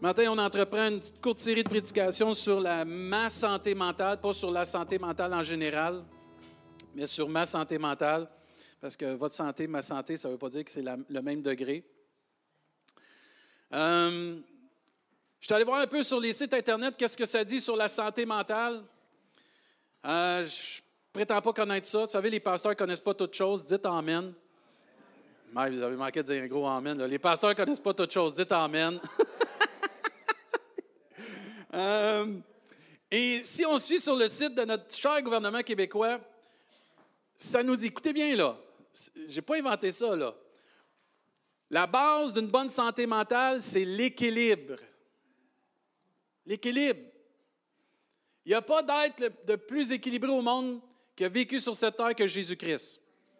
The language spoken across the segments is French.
matin, on entreprend une petite courte série de prédications sur ma santé mentale, pas sur la santé mentale en général, mais sur ma santé mentale, parce que votre santé, ma santé, ça ne veut pas dire que c'est le même degré. Je suis allé voir un peu sur les sites Internet, qu'est-ce que ça dit sur la santé mentale. Je ne prétends pas connaître ça. Vous savez, les pasteurs ne connaissent pas toutes choses. Dites Amen. Ouais, vous avez manqué de dire un gros Amen. Là. Les pasteurs ne connaissent pas toutes choses. Dites Amen. Et si on suit sur le site de notre cher gouvernement québécois, ça nous dit, écoutez bien là, je n'ai pas inventé ça là. La base d'une bonne santé mentale, c'est l'équilibre. L'équilibre. Il n'y a pas d'être de plus équilibré au monde qui a vécu sur cette terre que Jésus-Christ.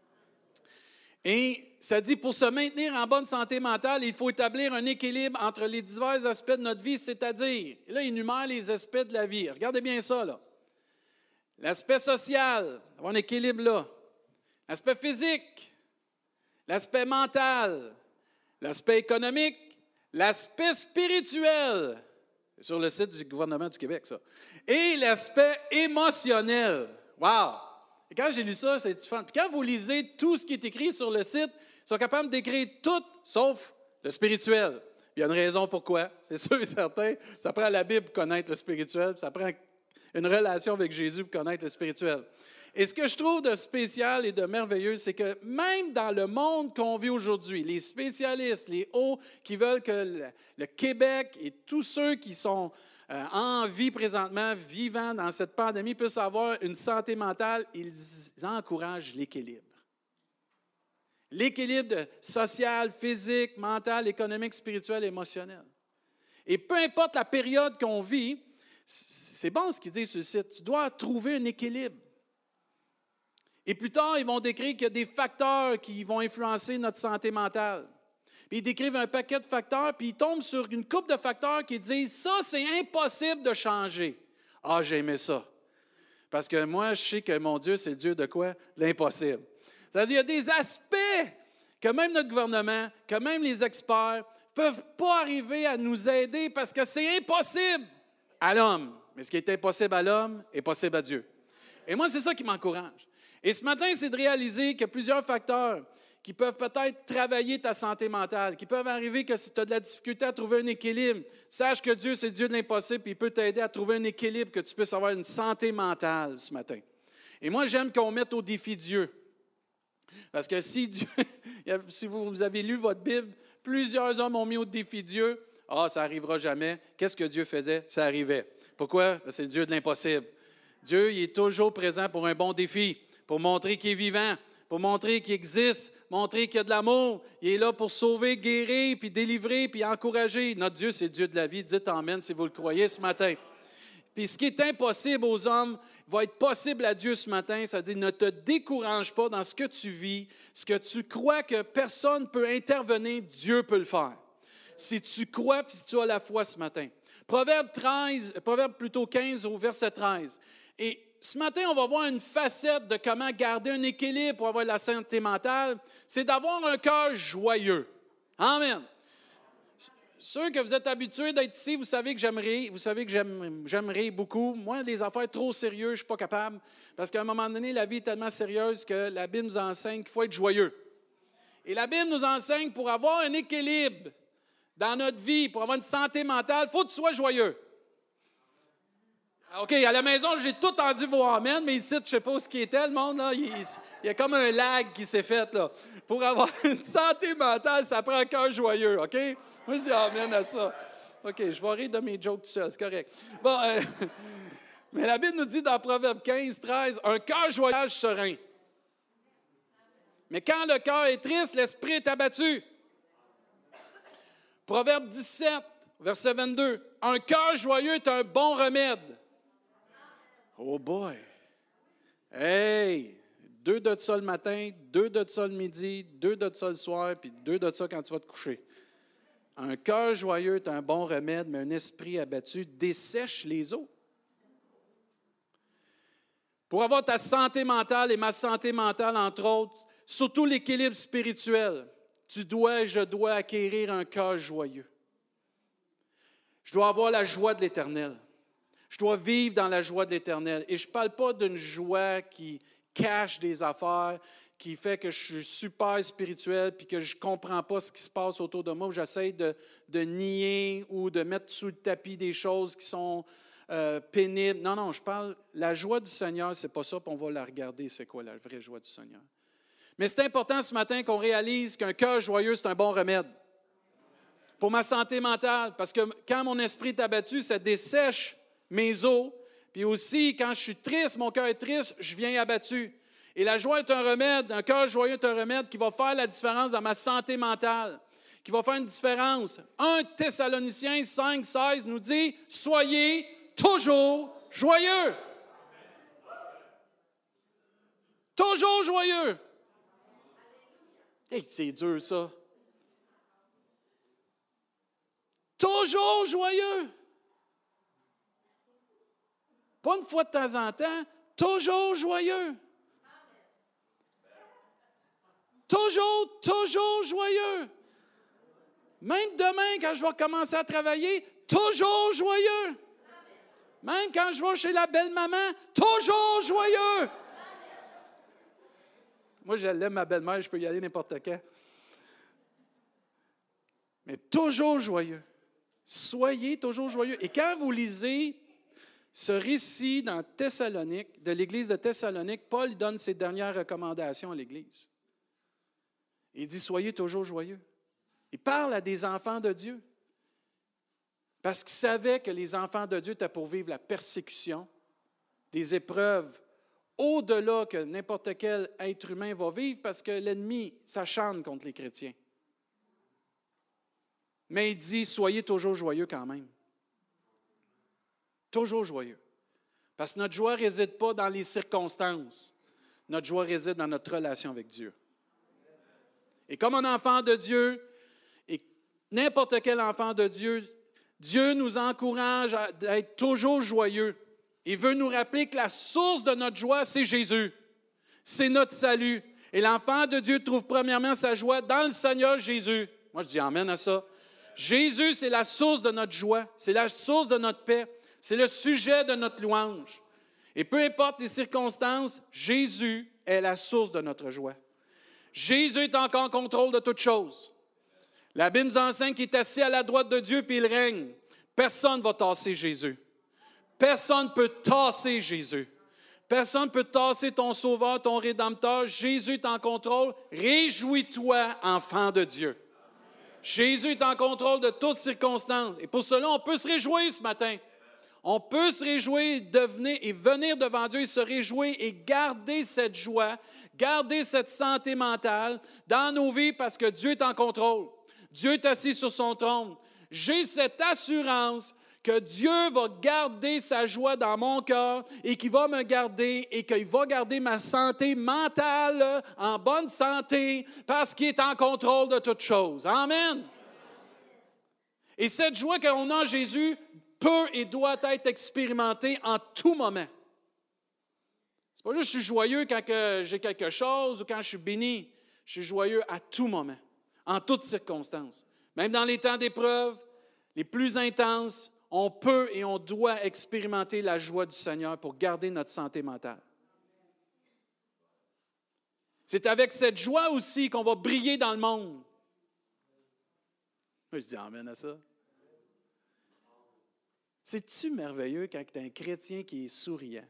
Et ça dit, pour se maintenir en bonne santé mentale, il faut établir un équilibre entre les divers aspects de notre vie, c'est-à-dire, là, il énumère les aspects de la vie. Regardez bien ça, là. L'aspect social, avoir un équilibre là. L'aspect physique, l'aspect mental, l'aspect économique, l'aspect spirituel. C'est sur le site du gouvernement du Québec, ça. Et l'aspect émotionnel. Wow! Et quand j'ai lu ça, c'est différent. Puis quand vous lisez tout ce qui est écrit sur le site, ils sont capables d'écrire tout, sauf le spirituel. Il y a une raison pourquoi, c'est sûr et certain. Ça prend la Bible pour connaître le spirituel, ça prend une relation avec Jésus pour connaître le spirituel. Et ce que je trouve de spécial et de merveilleux, c'est que même dans le monde qu'on vit aujourd'hui, les spécialistes, les hauts qui veulent que le Québec et tous ceux qui sont en vie présentement, vivant dans cette pandémie, puissent avoir une santé mentale, ils encouragent l'équilibre. L'équilibre social, physique, mental, économique, spirituel, émotionnel. Et peu importe la période qu'on vit, c'est bon ce qu'ils disent sur le site, tu dois trouver un équilibre. Et plus tard, ils vont décrire qu'il y a des facteurs qui vont influencer notre santé mentale. Puis ils décrivent un paquet de facteurs, puis ils tombent sur une couple de facteurs qui disent « ça, c'est impossible de changer ». Ah, j'ai aimé ça. Parce que moi, je sais que mon Dieu, c'est le Dieu de quoi? De l'impossible. C'est-à-dire, il y a des aspects que même notre gouvernement, que même les experts ne peuvent pas arriver à nous aider parce que c'est impossible à l'homme. Mais ce qui est impossible à l'homme est possible à Dieu. Et moi, c'est ça qui m'encourage. Et ce matin, c'est de réaliser qu'il y a plusieurs facteurs qui peuvent peut-être travailler ta santé mentale, qui peuvent arriver que si tu as de la difficulté à trouver un équilibre, sache que Dieu, c'est Dieu de l'impossible, et il peut t'aider à trouver un équilibre, que tu puisses avoir une santé mentale ce matin. Et moi, j'aime qu'on mette au défi Dieu. Parce que si vous avez lu votre Bible, plusieurs hommes ont mis au défi Dieu. Ah, ça n'arrivera jamais. Qu'est-ce que Dieu faisait? Ça arrivait. Pourquoi? C'est Dieu de l'impossible. Dieu, il est toujours présent pour un bon défi, pour montrer qu'il est vivant, pour montrer qu'il existe, montrer qu'il y a de l'amour. Il est là pour sauver, guérir, puis délivrer, puis encourager. Notre Dieu, c'est le Dieu de la vie. Dites Amen si vous le croyez ce matin. Puis ce qui est impossible aux hommes va être possible à Dieu ce matin. C'est-à-dire, ne te décourage pas dans ce que tu vis, ce que tu crois que personne ne peut intervenir, Dieu peut le faire. Si tu crois, puis si tu as la foi ce matin. Proverbe 15 au verset 13. Et ce matin, on va voir une facette de comment garder un équilibre pour avoir la santé mentale. C'est d'avoir un cœur joyeux. Amen. Ceux que vous êtes habitués d'être ici, vous savez que j'aimerais, j'aimerais beaucoup. Moi, les affaires trop sérieuses, je ne suis pas capable. Parce qu'à un moment donné, la vie est tellement sérieuse que la Bible nous enseigne qu'il faut être joyeux. Et la Bible nous enseigne pour avoir un équilibre dans notre vie, pour avoir une santé mentale, il faut que tu sois joyeux. OK, à la maison, j'ai tout entendu vos amen, mais ici, je ne sais pas ce qui était, le monde, là. Il y a comme un lag qui s'est fait, là. Pour avoir une santé mentale, ça prend un cœur joyeux, OK? Moi, je dis amen à ça. OK, je vais rire de mes jokes tout seul, c'est correct. Bon, mais la Bible nous dit dans Proverbe 15, 13, un cœur joyeux serein. Mais quand le cœur est triste, l'esprit est abattu. Proverbe 17, verset 22, un cœur joyeux est un bon remède. Oh boy! Hey! 2 de ça le matin, 2 de ça le midi, 2 de ça le soir, puis 2 de ça quand tu vas te coucher. Un cœur joyeux est un bon remède, mais un esprit abattu dessèche les eaux. Pour avoir ta santé mentale et ma santé mentale, entre autres, surtout l'équilibre spirituel, je dois acquérir un cœur joyeux. Je dois avoir la joie de l'Éternel. Je dois vivre dans la joie de l'Éternel. Et je ne parle pas d'une joie qui cache des affaires, qui fait que je suis super spirituel puis que je ne comprends pas ce qui se passe autour de moi, où j'essaie de nier ou de mettre sous le tapis des choses qui sont pénibles. Non, je parle, la joie du Seigneur, ce n'est pas ça, puis on va la regarder, c'est quoi la vraie joie du Seigneur. Mais c'est important ce matin qu'on réalise qu'un cœur joyeux, c'est un bon remède pour ma santé mentale, parce que quand mon esprit est abattu, ça dessèche mes os, puis aussi, quand je suis triste, mon cœur est triste, je viens abattu. Et la joie est un remède, un cœur joyeux est un remède qui va faire la différence dans ma santé mentale, qui va faire une différence. 1 Thessaloniciens 5,16 nous dit « Soyez toujours joyeux ». Toujours joyeux. Hey, c'est dur, ça. Toujours joyeux. Pas une fois de temps en temps, toujours joyeux. Toujours joyeux. Même demain, quand je vais commencer à travailler, toujours joyeux. Même quand je vais chez la belle-maman, toujours joyeux. Moi, je l'aime, ma belle-mère, je peux y aller n'importe quand. Mais toujours joyeux. Soyez toujours joyeux. Et quand vous lisez ce récit dans Thessalonique, de l'Église de Thessalonique, Paul donne ses dernières recommandations à l'Église. Il dit, soyez toujours joyeux. Il parle à des enfants de Dieu. Parce qu'il savait que les enfants de Dieu étaient pour vivre la persécution, des épreuves au-delà que n'importe quel être humain va vivre, parce que l'ennemi s'acharne contre les chrétiens. Mais il dit, soyez toujours joyeux quand même. Toujours joyeux. Parce que notre joie ne réside pas dans les circonstances. Notre joie réside dans notre relation avec Dieu. Et comme un enfant de Dieu, et n'importe quel enfant de Dieu, Dieu nous encourage à être toujours joyeux. Il veut nous rappeler que la source de notre joie, c'est Jésus. C'est notre salut. Et l'enfant de Dieu trouve premièrement sa joie dans le Seigneur Jésus. Moi, je dis amen à ça. Jésus, c'est la source de notre joie. C'est la source de notre paix. C'est le sujet de notre louange. Et peu importe les circonstances, Jésus est la source de notre joie. Jésus est encore en contrôle de toutes choses. La Bible nous enseigne qu'il est assis à la droite de Dieu puis il règne. Personne ne va tasser Jésus. Personne ne peut tasser Jésus. Personne ne peut tasser ton Sauveur, ton Rédempteur. Jésus est en contrôle. Réjouis-toi, enfant de Dieu. Jésus est en contrôle de toutes circonstances. Et pour cela, on peut se réjouir ce matin. On peut se réjouir et venir devant Dieu et se réjouir et garder cette joie, garder cette santé mentale dans nos vies parce que Dieu est en contrôle. Dieu est assis sur son trône. J'ai cette assurance que Dieu va garder sa joie dans mon cœur et qu'il va me garder et qu'il va garder ma santé mentale en bonne santé parce qu'il est en contrôle de toutes choses. Amen. Et cette joie qu'on a en Jésus peut et doit être expérimentée en tout moment. C'est pas juste que je suis joyeux quand j'ai quelque chose ou quand je suis béni. Je suis joyeux à tout moment, en toutes circonstances. Même dans les temps d'épreuve, les plus intenses, on peut et on doit expérimenter la joie du Seigneur pour garder notre santé mentale. C'est avec cette joie aussi qu'on va briller dans le monde. Je dis amen à ça. C'est-tu merveilleux quand tu as un chrétien qui est souriant?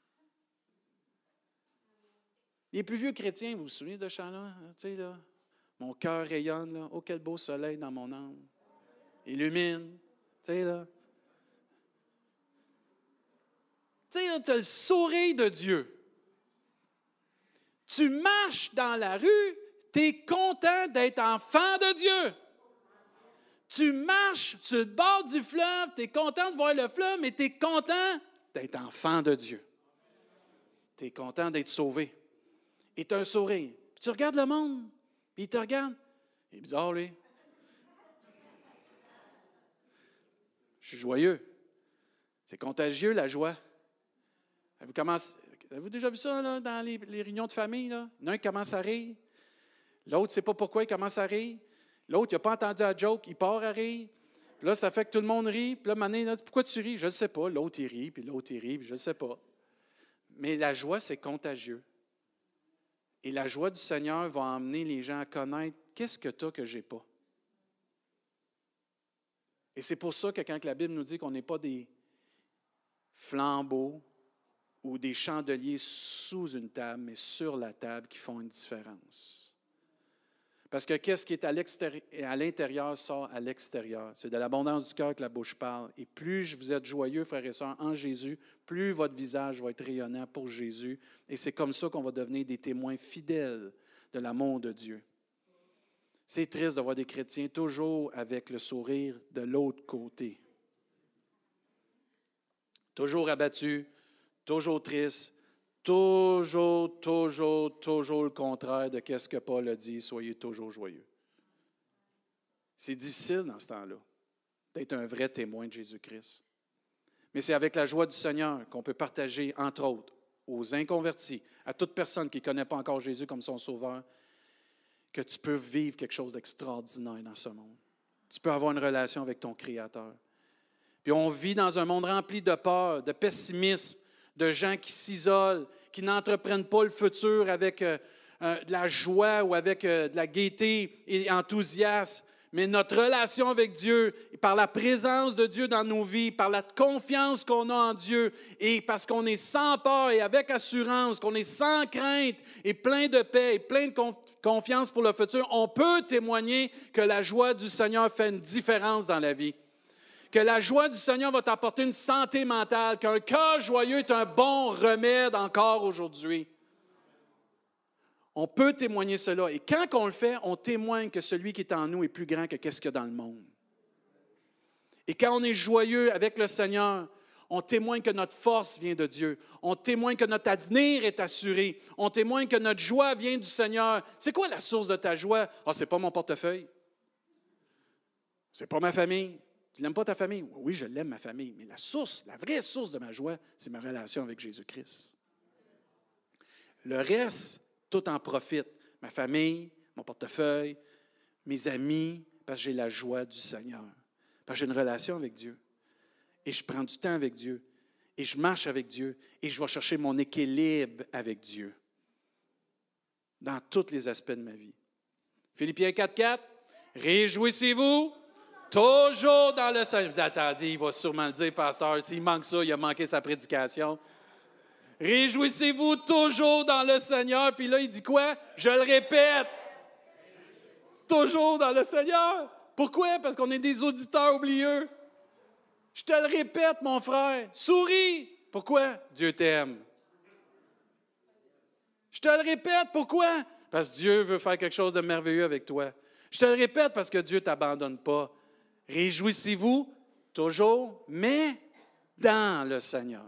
Les plus vieux chrétiens, vous vous souvenez de ce chant-là? Tu sais, là, mon cœur rayonne, là. Oh, quel beau soleil dans mon âme. Illumine. Tu sais, là. Tu sais, tu as le sourire de Dieu. Tu marches dans la rue, tu es content d'être enfant de Dieu. Tu marches sur le bord du fleuve, tu es content de voir le fleuve, mais tu es content d'être enfant de Dieu. Tu es content d'être sauvé. Et tu as un sourire. Puis tu regardes le monde, puis il te regarde. Il est bizarre, lui. Je suis joyeux. C'est contagieux, la joie. Avez-vous déjà vu ça là, dans les réunions de famille? Là? Il y en a un qui commence à rire. L'autre ne sait pas pourquoi il commence à rire. L'autre, il n'a pas entendu la joke, il part à rire. Puis Puis là, ça fait que tout le monde rit. Puis là, maintenant, pourquoi tu ris? Je ne sais pas. L'autre, il rit, puis l'autre, il rit, puis je ne sais pas. Mais la joie, c'est contagieux. Et la joie du Seigneur va emmener les gens à connaître qu'est-ce que tu as que je n'ai pas. Et c'est pour ça que quand la Bible nous dit qu'on n'est pas des flambeaux ou des chandeliers sous une table, mais sur la table qui font une différence. Parce que qu'est-ce qui est à l'intérieur sort à l'extérieur. C'est de l'abondance du cœur que la bouche parle. Et plus vous êtes joyeux, frères et sœurs, en Jésus, plus votre visage va être rayonnant pour Jésus. Et c'est comme ça qu'on va devenir des témoins fidèles de l'amour de Dieu. C'est triste de voir des chrétiens toujours avec le sourire de l'autre côté. Toujours abattus, toujours tristes, toujours le contraire de ce que Paul a dit, soyez toujours joyeux. C'est difficile dans ce temps-là d'être un vrai témoin de Jésus-Christ. Mais c'est avec la joie du Seigneur qu'on peut partager, entre autres, aux inconvertis, à toute personne qui ne connaît pas encore Jésus comme son sauveur, que tu peux vivre quelque chose d'extraordinaire dans ce monde. Tu peux avoir une relation avec ton Créateur. Puis on vit dans un monde rempli de peur, de pessimisme, de gens qui s'isolent, qui n'entreprennent pas le futur avec de la joie ou avec de la gaieté et enthousiasme. Mais notre relation avec Dieu, par la présence de Dieu dans nos vies, par la confiance qu'on a en Dieu, et parce qu'on est sans peur et avec assurance, qu'on est sans crainte et plein de paix et plein de confiance pour le futur, on peut témoigner que la joie du Seigneur fait une différence dans la vie. Que la joie du Seigneur va t'apporter une santé mentale, qu'un cœur joyeux est un bon remède encore aujourd'hui. On peut témoigner cela. Et quand on le fait, on témoigne que celui qui est en nous est plus grand que ce qu'il y a dans le monde. Et quand on est joyeux avec le Seigneur, on témoigne que notre force vient de Dieu. On témoigne que notre avenir est assuré. On témoigne que notre joie vient du Seigneur. C'est quoi la source de ta joie? Ah, c'est pas mon portefeuille. C'est pas ma famille. Tu n'aimes pas ta famille? Oui, je l'aime, ma famille. Mais la vraie source de ma joie, c'est ma relation avec Jésus-Christ. Le reste, tout en profite. Ma famille, mon portefeuille, mes amis, parce que j'ai la joie du Seigneur. Parce que j'ai une relation avec Dieu. Et je prends du temps avec Dieu. Et je marche avec Dieu. Et je vais chercher mon équilibre avec Dieu. Dans tous les aspects de ma vie. Philippiens 4,4. Réjouissez-vous toujours dans le Seigneur. Vous attendiez, il va sûrement le dire, pasteur. S'il manque ça, il a manqué sa prédication. Réjouissez-vous toujours dans le Seigneur. Puis là, il dit quoi? Je le répète. Toujours dans le Seigneur. Pourquoi? Parce qu'on est des auditeurs oublieux. Je te le répète, mon frère. Souris. Pourquoi? Dieu t'aime. Je te le répète. Pourquoi? Parce que Dieu veut faire quelque chose de merveilleux avec toi. Je te le répète parce que Dieu ne t'abandonne pas. Réjouissez-vous toujours, mais dans le Seigneur.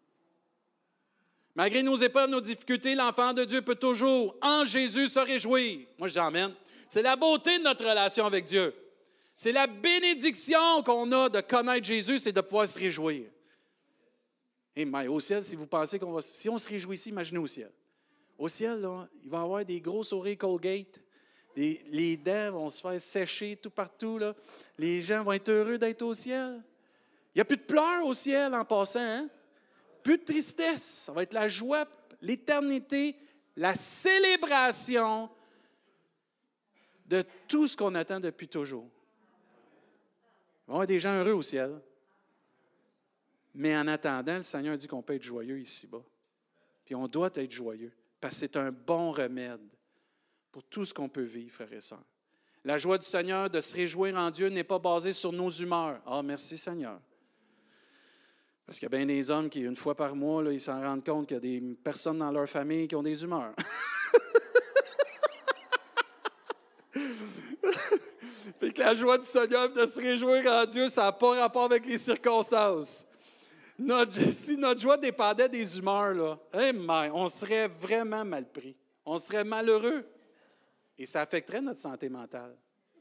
Malgré nos épreuves, nos difficultés, l'enfant de Dieu peut toujours, en Jésus, se réjouir. Moi, je j'emmène. C'est la beauté de notre relation avec Dieu. C'est la bénédiction qu'on a de connaître Jésus, c'est de pouvoir se réjouir. Et au ciel, si vous pensez si on se réjouit ici, imaginez au ciel. Au ciel, là, il va y avoir des gros sourires Colgate. Les dents vont se faire sécher tout partout. Là. Les gens vont être heureux d'être au ciel. Il n'y a plus de pleurs au ciel en passant. Hein? Plus de tristesse. Ça va être la joie, l'éternité, la célébration de tout ce qu'on attend depuis toujours. Il va y avoir des gens heureux au ciel. Mais en attendant, le Seigneur dit qu'on peut être joyeux ici-bas. Puis on doit être joyeux parce que c'est un bon remède pour tout ce qu'on peut vivre, frères et sœurs. La joie du Seigneur de se réjouir en Dieu n'est pas basée sur nos humeurs. Ah, merci Seigneur. Parce qu'il y a bien des hommes qui, une fois par mois, là, ils s'en rendent compte qu'il y a des personnes dans leur famille qui ont des humeurs. Puis que la joie du Seigneur de se réjouir en Dieu, ça n'a pas rapport avec les circonstances. Si notre joie dépendait des humeurs, là, on serait vraiment mal pris. On serait malheureux. Et ça affecterait notre santé mentale.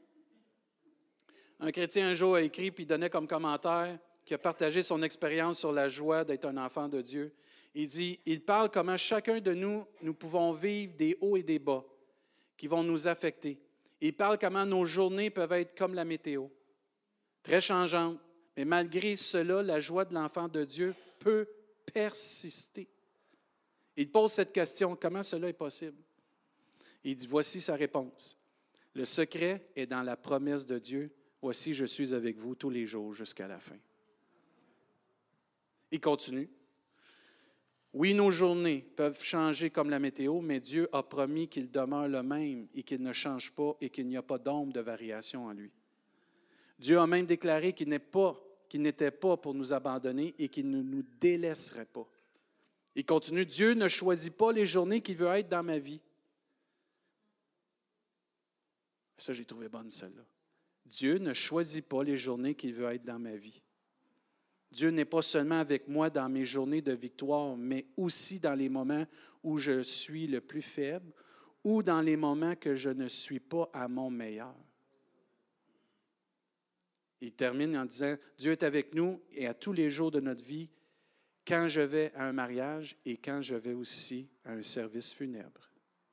Un chrétien un jour a écrit, puis il donnait comme commentaire, qui a partagé son expérience sur la joie d'être un enfant de Dieu. Il dit, il parle comment chacun de nous pouvons vivre des hauts et des bas qui vont nous affecter. Il parle comment nos journées peuvent être comme la météo. très changeante, mais malgré cela, la joie de l'enfant de Dieu peut persister. Il pose cette question, comment cela est possible? Il dit, voici sa réponse. Le secret est dans la promesse de Dieu. Voici, je suis avec vous tous les jours jusqu'à la fin. Il continue. Oui, nos journées peuvent changer comme la météo, mais Dieu a promis qu'il demeure le même et qu'il ne change pas et qu'il n'y a pas d'ombre de variation en lui. Dieu a même déclaré qu'il n'était pas pour nous abandonner et qu'il ne nous délaisserait pas. Il continue, Dieu ne choisit pas les journées qu'il veut être dans ma vie. Ça, j'ai trouvé bonne celle-là. Dieu ne choisit pas les journées qu'il veut être dans ma vie. Dieu n'est pas seulement avec moi dans mes journées de victoire, mais aussi dans les moments où je suis le plus faible ou dans les moments que je ne suis pas à mon meilleur. Il termine en disant, Dieu est avec nous et à tous les jours de notre vie, quand je vais à un mariage et quand je vais aussi à un service funèbre.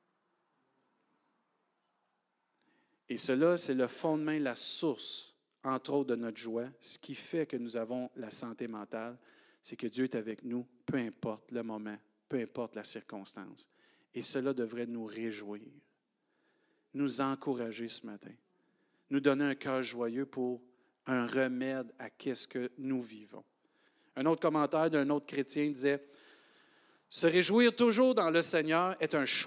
Et cela, c'est le fondement, la source, entre autres, de notre joie. Ce qui fait que nous avons la santé mentale, c'est que Dieu est avec nous, peu importe le moment, peu importe la circonstance. Et cela devrait nous réjouir, nous encourager ce matin, nous donner un cœur joyeux pour un remède à ce que nous vivons. Un autre commentaire d'un autre chrétien disait, « Se réjouir toujours dans le Seigneur est un choix. »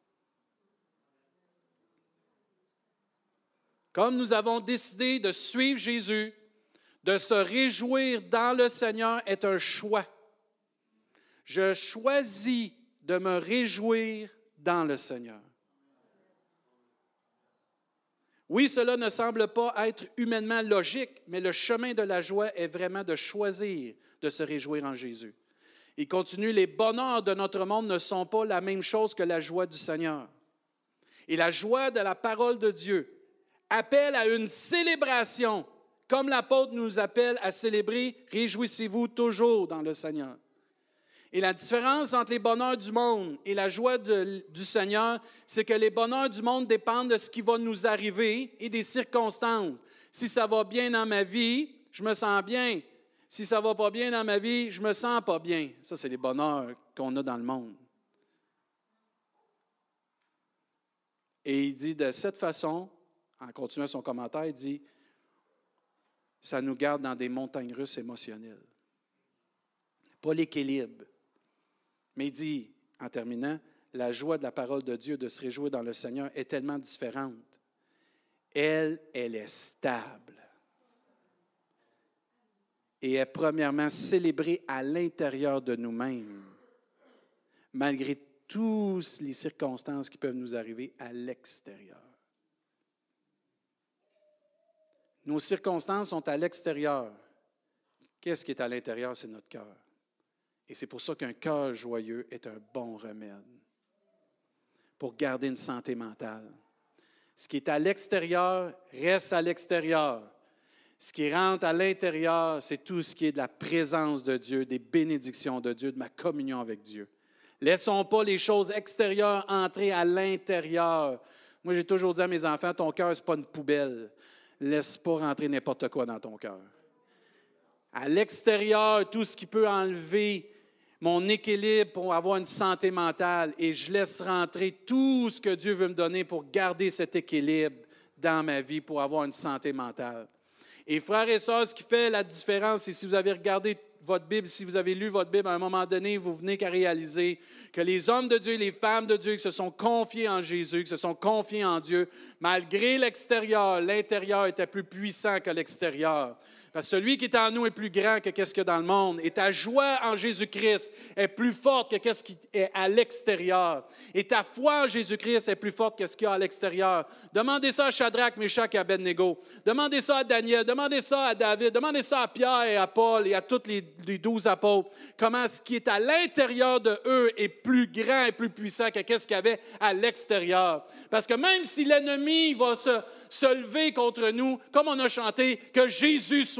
Comme nous avons décidé de suivre Jésus, de se réjouir dans le Seigneur est un choix. Je choisis de me réjouir dans le Seigneur. Oui, cela ne semble pas être humainement logique, mais le chemin de la joie est vraiment de choisir de se réjouir en Jésus. Il continue, les bonheurs de notre monde ne sont pas la même chose que la joie du Seigneur. Et la joie de la parole de Dieu appelle à une célébration, comme l'apôtre nous appelle à célébrer, réjouissez-vous toujours dans le Seigneur. Et la différence entre les bonheurs du monde et la joie du Seigneur, c'est que les bonheurs du monde dépendent de ce qui va nous arriver et des circonstances. Si ça va bien dans ma vie, je me sens bien. Si ça ne va pas bien dans ma vie, je ne me sens pas bien. Ça, c'est les bonheurs qu'on a dans le monde. Et il dit de cette façon, en continuant son commentaire, il dit, ça nous garde dans des montagnes russes émotionnelles. Pas l'équilibre. Mais il dit, en terminant, la joie de la parole de Dieu, de se réjouir dans le Seigneur, est tellement différente. Elle est stable. Et est premièrement célébrée à l'intérieur de nous-mêmes, malgré toutes les circonstances qui peuvent nous arriver à l'extérieur. Nos circonstances sont à l'extérieur. Qu'est-ce qui est à l'intérieur? C'est notre cœur. Et c'est pour ça qu'un cœur joyeux est un bon remède pour garder une santé mentale. Ce qui est à l'extérieur reste à l'extérieur. Ce qui rentre à l'intérieur, c'est tout ce qui est de la présence de Dieu, des bénédictions de Dieu, de ma communion avec Dieu. Laissons pas les choses extérieures entrer à l'intérieur. Moi, j'ai toujours dit à mes enfants, ton cœur, ce n'est pas une poubelle. Laisse pas rentrer n'importe quoi dans ton cœur. À l'extérieur, tout ce qui peut enlever mon équilibre pour avoir une santé mentale, et je laisse rentrer tout ce que Dieu veut me donner pour garder cet équilibre dans ma vie, pour avoir une santé mentale. Et frères et sœurs, ce qui fait la différence, c'est si vous avez regardé votre Bible, si vous avez lu votre Bible, à un moment donné, vous venez qu'à réaliser que les hommes de Dieu et les femmes de Dieu qui se sont confiés en Jésus, qui se sont confiés en Dieu, malgré l'extérieur, l'intérieur était plus puissant que l'extérieur. Parce que celui qui est en nous est plus grand que ce qu'il y a dans le monde. Et ta joie en Jésus-Christ est plus forte que ce qui est à l'extérieur. Et ta foi en Jésus-Christ est plus forte que ce qu'il y a à l'extérieur. Demandez ça à Shadrach, Meshach et Abednego. Demandez ça à Daniel. Demandez ça à David. Demandez ça à Pierre et à Paul et à tous les 12 apôtres. Comment ce qui est à l'intérieur de eux est plus grand et plus puissant que ce qu'il y avait à l'extérieur. Parce que même si l'ennemi va se lever contre nous, comme on a chanté, que Jésus soit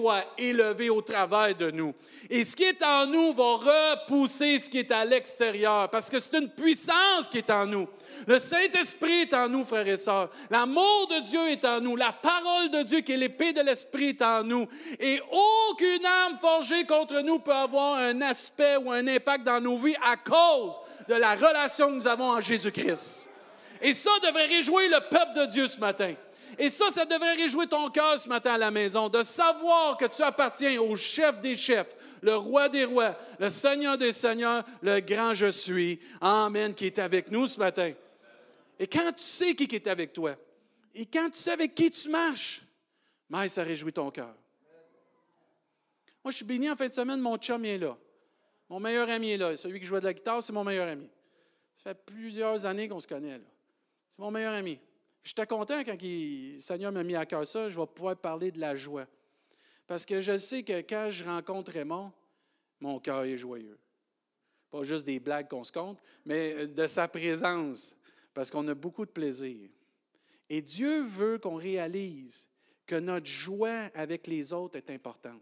soit élevé au travers de nous. Et ce qui est en nous va repousser ce qui est à l'extérieur, parce que c'est une puissance qui est en nous. Le Saint-Esprit est en nous, frères et sœurs. L'amour de Dieu est en nous. La parole de Dieu, qui est l'épée de l'Esprit, est en nous. Et aucune arme forgée contre nous peut avoir un aspect ou un impact dans nos vies à cause de la relation que nous avons en Jésus-Christ. Et ça devrait réjouir le peuple de Dieu ce matin. Et ça devrait réjouir ton cœur ce matin à la maison, de savoir que tu appartiens au chef des chefs, le roi des rois, le Seigneur des seigneurs, le grand je suis. Amen, qui est avec nous ce matin. Et quand tu sais qui est avec toi, et quand tu sais avec qui tu marches, mais ça réjouit ton cœur. Moi, je suis béni en fin de semaine, mon chum est là. Mon meilleur ami est là. Celui qui jouait de la guitare, c'est mon meilleur ami. Ça fait plusieurs années qu'on se connaît, là. C'est mon meilleur ami. J'étais content quand le Seigneur m'a mis à cœur ça, je vais pouvoir parler de la joie. Parce que je sais que quand je rencontre Raymond, mon cœur est joyeux. Pas juste des blagues qu'on se compte, mais de sa présence, parce qu'on a beaucoup de plaisir. Et Dieu veut qu'on réalise que notre joie avec les autres est importante.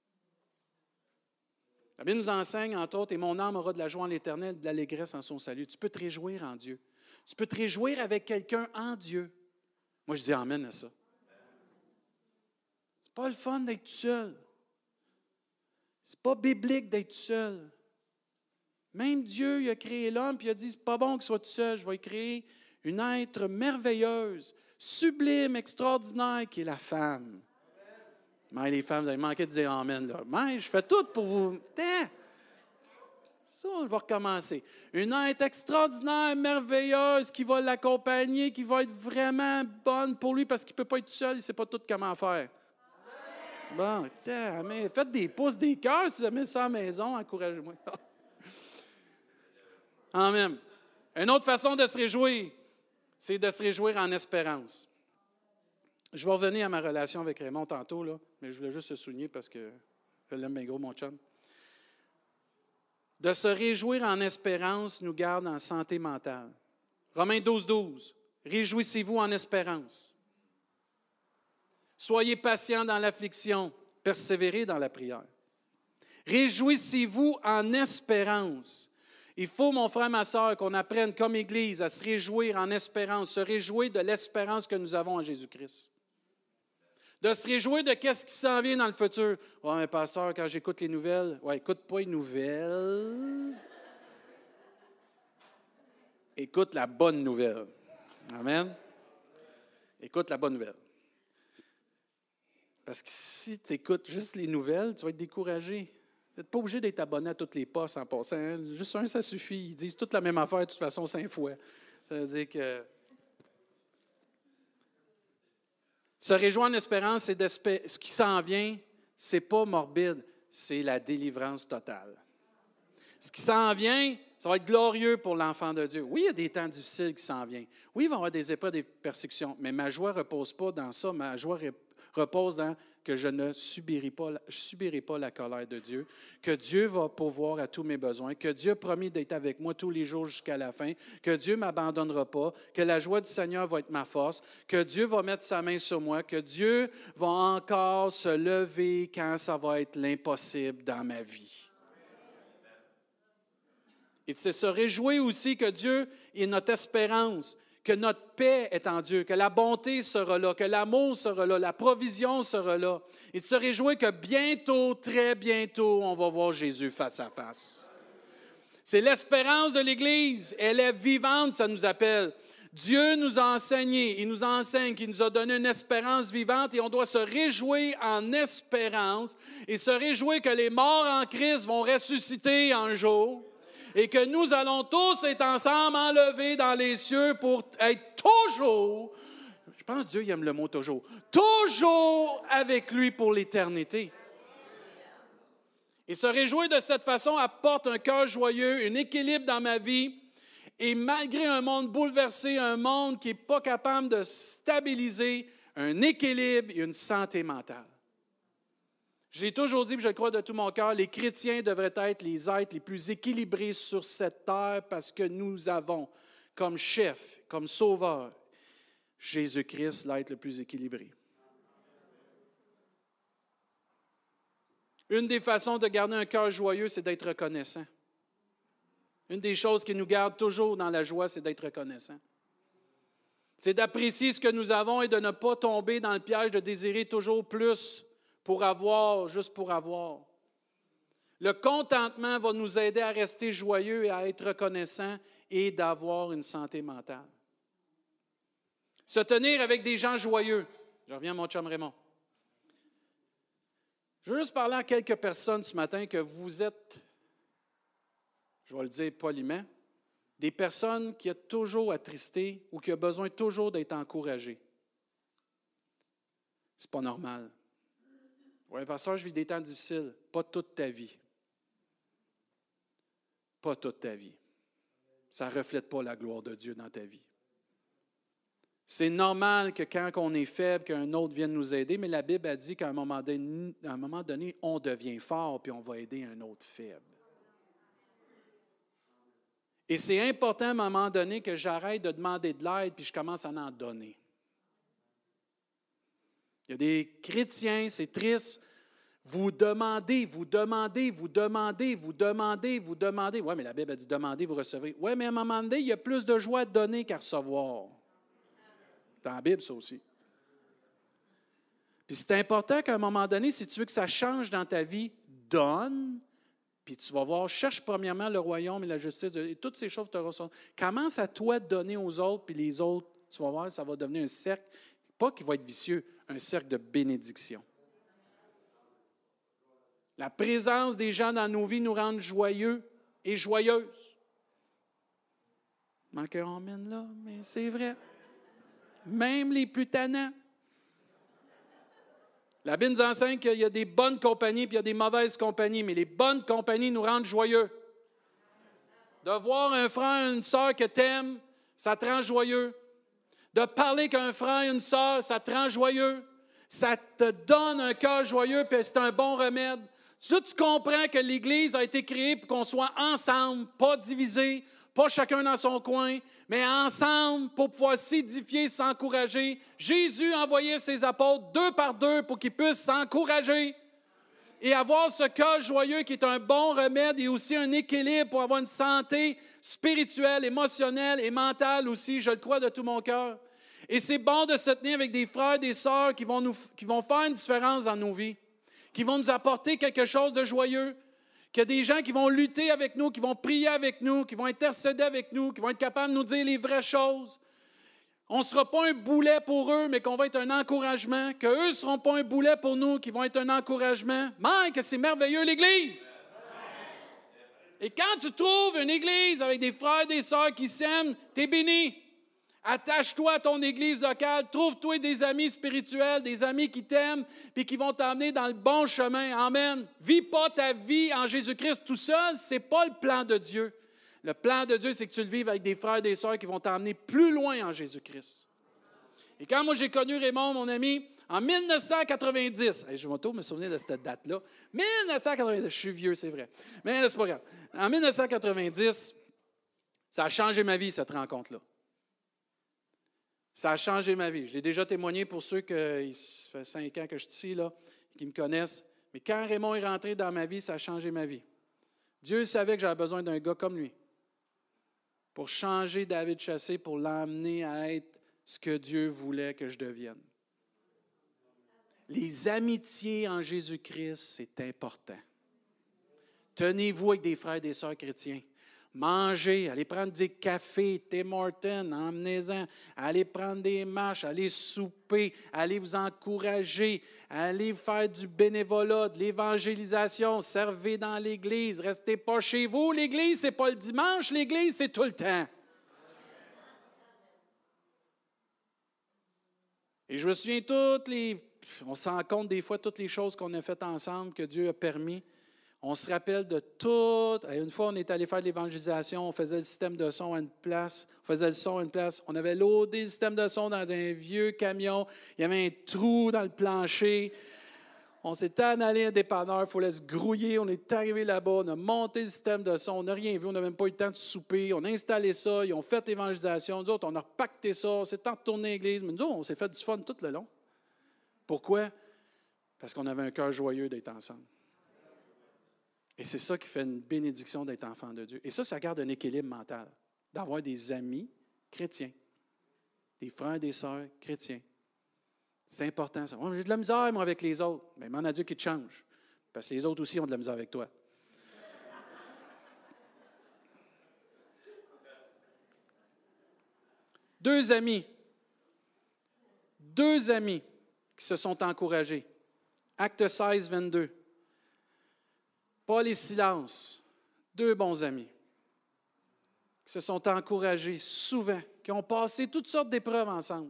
La Bible nous enseigne, entre autres, « Et mon âme aura de la joie en l'Éternel, de l'allégresse en son salut. » Tu peux te réjouir en Dieu. Tu peux te réjouir avec quelqu'un en Dieu. Moi, je dis amen à ça. C'est pas le fun d'être tout seul. C'est pas biblique d'être tout seul. Même Dieu, il a créé l'homme, puis il a dit, c'est pas bon qu'il soit tout seul. Je vais créer une être merveilleuse, sublime, extraordinaire, qui est la femme. Mais les femmes, vous avez manqué de dire amen, là. Mais je fais tout pour vous. Ça, on va recommencer. Une être extraordinaire, merveilleuse, qui va l'accompagner, qui va être vraiment bonne pour lui, parce qu'il ne peut pas être tout seul, il ne sait pas tout comment faire. Bon, tiens, mais faites des pouces, des cœurs, si vous avez ça à la maison, encouragez-moi. Amen. Une autre façon de se réjouir, c'est de se réjouir en espérance. Je vais revenir à ma relation avec Raymond tantôt, là, mais je voulais juste le souligner parce que je l'aime bien gros, mon chum. De se réjouir en espérance nous garde en santé mentale. Romains 12, 12. Réjouissez-vous en espérance. Soyez patients dans l'affliction, persévérez dans la prière. Réjouissez-vous en espérance. Il faut, mon frère, ma soeur, qu'on apprenne comme Église à se réjouir en espérance, se réjouir de l'espérance que nous avons en Jésus-Christ. De se réjouir de qu'est-ce qui s'en vient dans le futur. « Oui, mais pasteur, quand j'écoute les nouvelles, écoute pas les nouvelles. Écoute la bonne nouvelle. » Amen. Écoute la bonne nouvelle. Parce que si tu écoutes juste les nouvelles, tu vas être découragé. Tu n'es pas obligé d'être abonné à toutes les postes en passant. Hein? Juste un, ça suffit. Ils disent toute la même affaire de toute façon 5 fois. Ça veut dire que se réjouir en espérance, c'est ce qui s'en vient, c'est pas morbide, c'est la délivrance totale. Ce qui s'en vient, ça va être glorieux pour l'enfant de Dieu. Oui, il y a des temps difficiles qui s'en viennent. Oui, il va y avoir des épreuves, des persécutions, mais ma joie ne repose pas dans ça. Ma joie repose dans que je ne subirai pas la colère de Dieu, que Dieu va pourvoir à tous mes besoins, que Dieu a promis d'être avec moi tous les jours jusqu'à la fin, que Dieu ne m'abandonnera pas, que la joie du Seigneur va être ma force, que Dieu va mettre sa main sur moi, que Dieu va encore se lever quand ça va être l'impossible dans ma vie. Et c'est se réjouir aussi que Dieu est notre espérance, que notre paix est en Dieu, que la bonté sera là, que l'amour sera là, la provision sera là. Et de se réjouir que bientôt, très bientôt, on va voir Jésus face à face. C'est l'espérance de l'Église. Elle est vivante, ça nous appelle. Dieu nous a enseigné, il nous enseigne qu'il nous a donné une espérance vivante et on doit se réjouir en espérance et se réjouir que les morts en Christ vont ressusciter un jour. Et que nous allons tous être ensemble enlevés dans les cieux pour être toujours, je pense que Dieu il aime le mot toujours, toujours avec lui pour l'éternité. Et se réjouir de cette façon apporte un cœur joyeux, un équilibre dans ma vie. Et malgré un monde bouleversé, un monde qui n'est pas capable de stabiliser, un équilibre et une santé mentale. J'ai toujours dit, puis je le crois de tout mon cœur, les chrétiens devraient être les êtres les plus équilibrés sur cette terre parce que nous avons comme chef, comme sauveur, Jésus-Christ, l'être le plus équilibré. Une des façons de garder un cœur joyeux, c'est d'être reconnaissant. Une des choses qui nous garde toujours dans la joie, c'est d'être reconnaissant. C'est d'apprécier ce que nous avons et de ne pas tomber dans le piège de désirer toujours plus pour avoir, juste pour avoir. Le contentement va nous aider à rester joyeux et à être reconnaissants et d'avoir une santé mentale. Se tenir avec des gens joyeux. Je reviens à mon chum Raymond. Je veux juste parler à quelques personnes ce matin que vous êtes, je vais le dire poliment, des personnes qui ont toujours attristé ou qui ont besoin toujours d'être encouragées. C'est pas normal. Oui, pasteur, je vis des temps difficiles. Pas toute ta vie. Pas toute ta vie. Ça ne reflète pas la gloire de Dieu dans ta vie. C'est normal que quand on est faible, qu'un autre vienne nous aider, mais la Bible a dit qu'à un moment donné, on devient fort puis on va aider un autre faible. Et c'est important à un moment donné que j'arrête de demander de l'aide puis je commence à en donner. Il y a des chrétiens, c'est triste, vous demandez. Oui, mais la Bible a dit demandez, vous recevrez. Oui, mais à un moment donné, il y a plus de joie à donner qu'à recevoir. Dans la Bible, ça aussi. Puis c'est important qu'à un moment donné, si tu veux que ça change dans ta vie, donne, puis tu vas voir, cherche premièrement le royaume et la justice, et toutes ces choses te ressortent. Commence à toi de donner aux autres, puis les autres, tu vas voir, ça va devenir un cercle, pas qui va être vicieux, un cercle de bénédiction. La présence des gens dans nos vies nous rend joyeux et joyeuses. Manque un amen là, mais c'est vrai. Même les plus tannants. La Bible nous enseigne qu'il y a des bonnes compagnies puis il y a des mauvaises compagnies, mais les bonnes compagnies nous rendent joyeux. De voir un frère et une sœur que tu aimes, ça te rend joyeux. De parler qu'un frère et une sœur, ça te rend joyeux. Ça te donne un cœur joyeux puis c'est un bon remède. Tu comprends que l'Église a été créée pour qu'on soit ensemble, pas divisés, pas chacun dans son coin, mais ensemble pour pouvoir s'édifier, s'encourager. Jésus envoyait ses apôtres 2 par 2 pour qu'ils puissent s'encourager et avoir ce cœur joyeux qui est un bon remède et aussi un équilibre pour avoir une santé spirituelle, émotionnelle et mentale aussi, je le crois de tout mon cœur. Et c'est bon de se tenir avec des frères et des sœurs qui vont faire une différence dans nos vies, qui vont nous apporter quelque chose de joyeux. Qu'il y a des gens qui vont lutter avec nous, qui vont prier avec nous, qui vont intercéder avec nous, qui vont être capables de nous dire les vraies choses. On ne sera pas un boulet pour eux, mais qu'on va être un encouragement. Qu'eux ne seront pas un boulet pour nous, qui vont être un encouragement. Mike, c'est merveilleux l'Église! Et quand tu trouves une Église avec des frères et des sœurs qui s'aiment, tu es béni. Attache-toi à ton Église locale. Trouve-toi des amis spirituels, des amis qui t'aiment et qui vont t'emmener dans le bon chemin. Amen. Vis pas ta vie en Jésus-Christ tout seul. Ce n'est pas le plan de Dieu. Le plan de Dieu, c'est que tu le vives avec des frères et des sœurs qui vont t'emmener plus loin en Jésus-Christ. Et quand moi j'ai connu Raymond, mon ami, en 1990, je vais me souvenir de cette date-là, 1990, je suis vieux, c'est vrai, mais là, c'est pas grave. En 1990, ça a changé ma vie, cette rencontre-là. Ça a changé ma vie. Je l'ai déjà témoigné pour ceux qui ça fait 5 ans que je suis ici, là, qui me connaissent. Mais quand Raymond est rentré dans ma vie, ça a changé ma vie. Dieu savait que j'avais besoin d'un gars comme lui pour changer David Chassé, pour l'emmener à être ce que Dieu voulait que je devienne. Les amitiés en Jésus-Christ, c'est important. Tenez-vous avec des frères et des sœurs chrétiens. Mangez, allez prendre des cafés, Tim Hortons, emmenez-en, allez prendre des marches, allez souper, allez vous encourager, allez faire du bénévolat, de l'évangélisation, servez dans l'Église, restez pas chez vous. L'Église, c'est pas le dimanche, l'Église, c'est tout le temps. Et je me souviens on se rend compte des fois toutes les choses qu'on a faites ensemble, que Dieu a permis. On se rappelle de tout. Une fois, on est allé faire de l'évangélisation, on faisait le système de son à une place, on faisait le son à une place. On avait loadé le système de son dans un vieux camion. Il y avait un trou dans le plancher. On s'est en allé à un dépanneur, il fallait se grouiller. On est arrivé là-bas, on a monté le système de son, on n'a rien vu, on n'a même pas eu le temps de souper. On a installé ça, ils ont fait l'évangélisation. Nous autres, on a repacté ça, on s'est retourné à l'église. Mais nous autres, on s'est fait du fun tout le long. Pourquoi? Parce qu'on avait un cœur joyeux d'être ensemble. Et c'est ça qui fait une bénédiction d'être enfant de Dieu. Et ça garde un équilibre mental, d'avoir des amis chrétiens, des frères et des sœurs chrétiens. C'est important, ça. J'ai de la misère, moi, avec les autres. Mais demande à Dieu qu'il te change. Parce que les autres aussi ont de la misère avec toi. Deux amis qui se sont encouragés. Acte 16, 22. Paul et Silas, deux bons amis, qui se sont encouragés souvent, qui ont passé toutes sortes d'épreuves ensemble.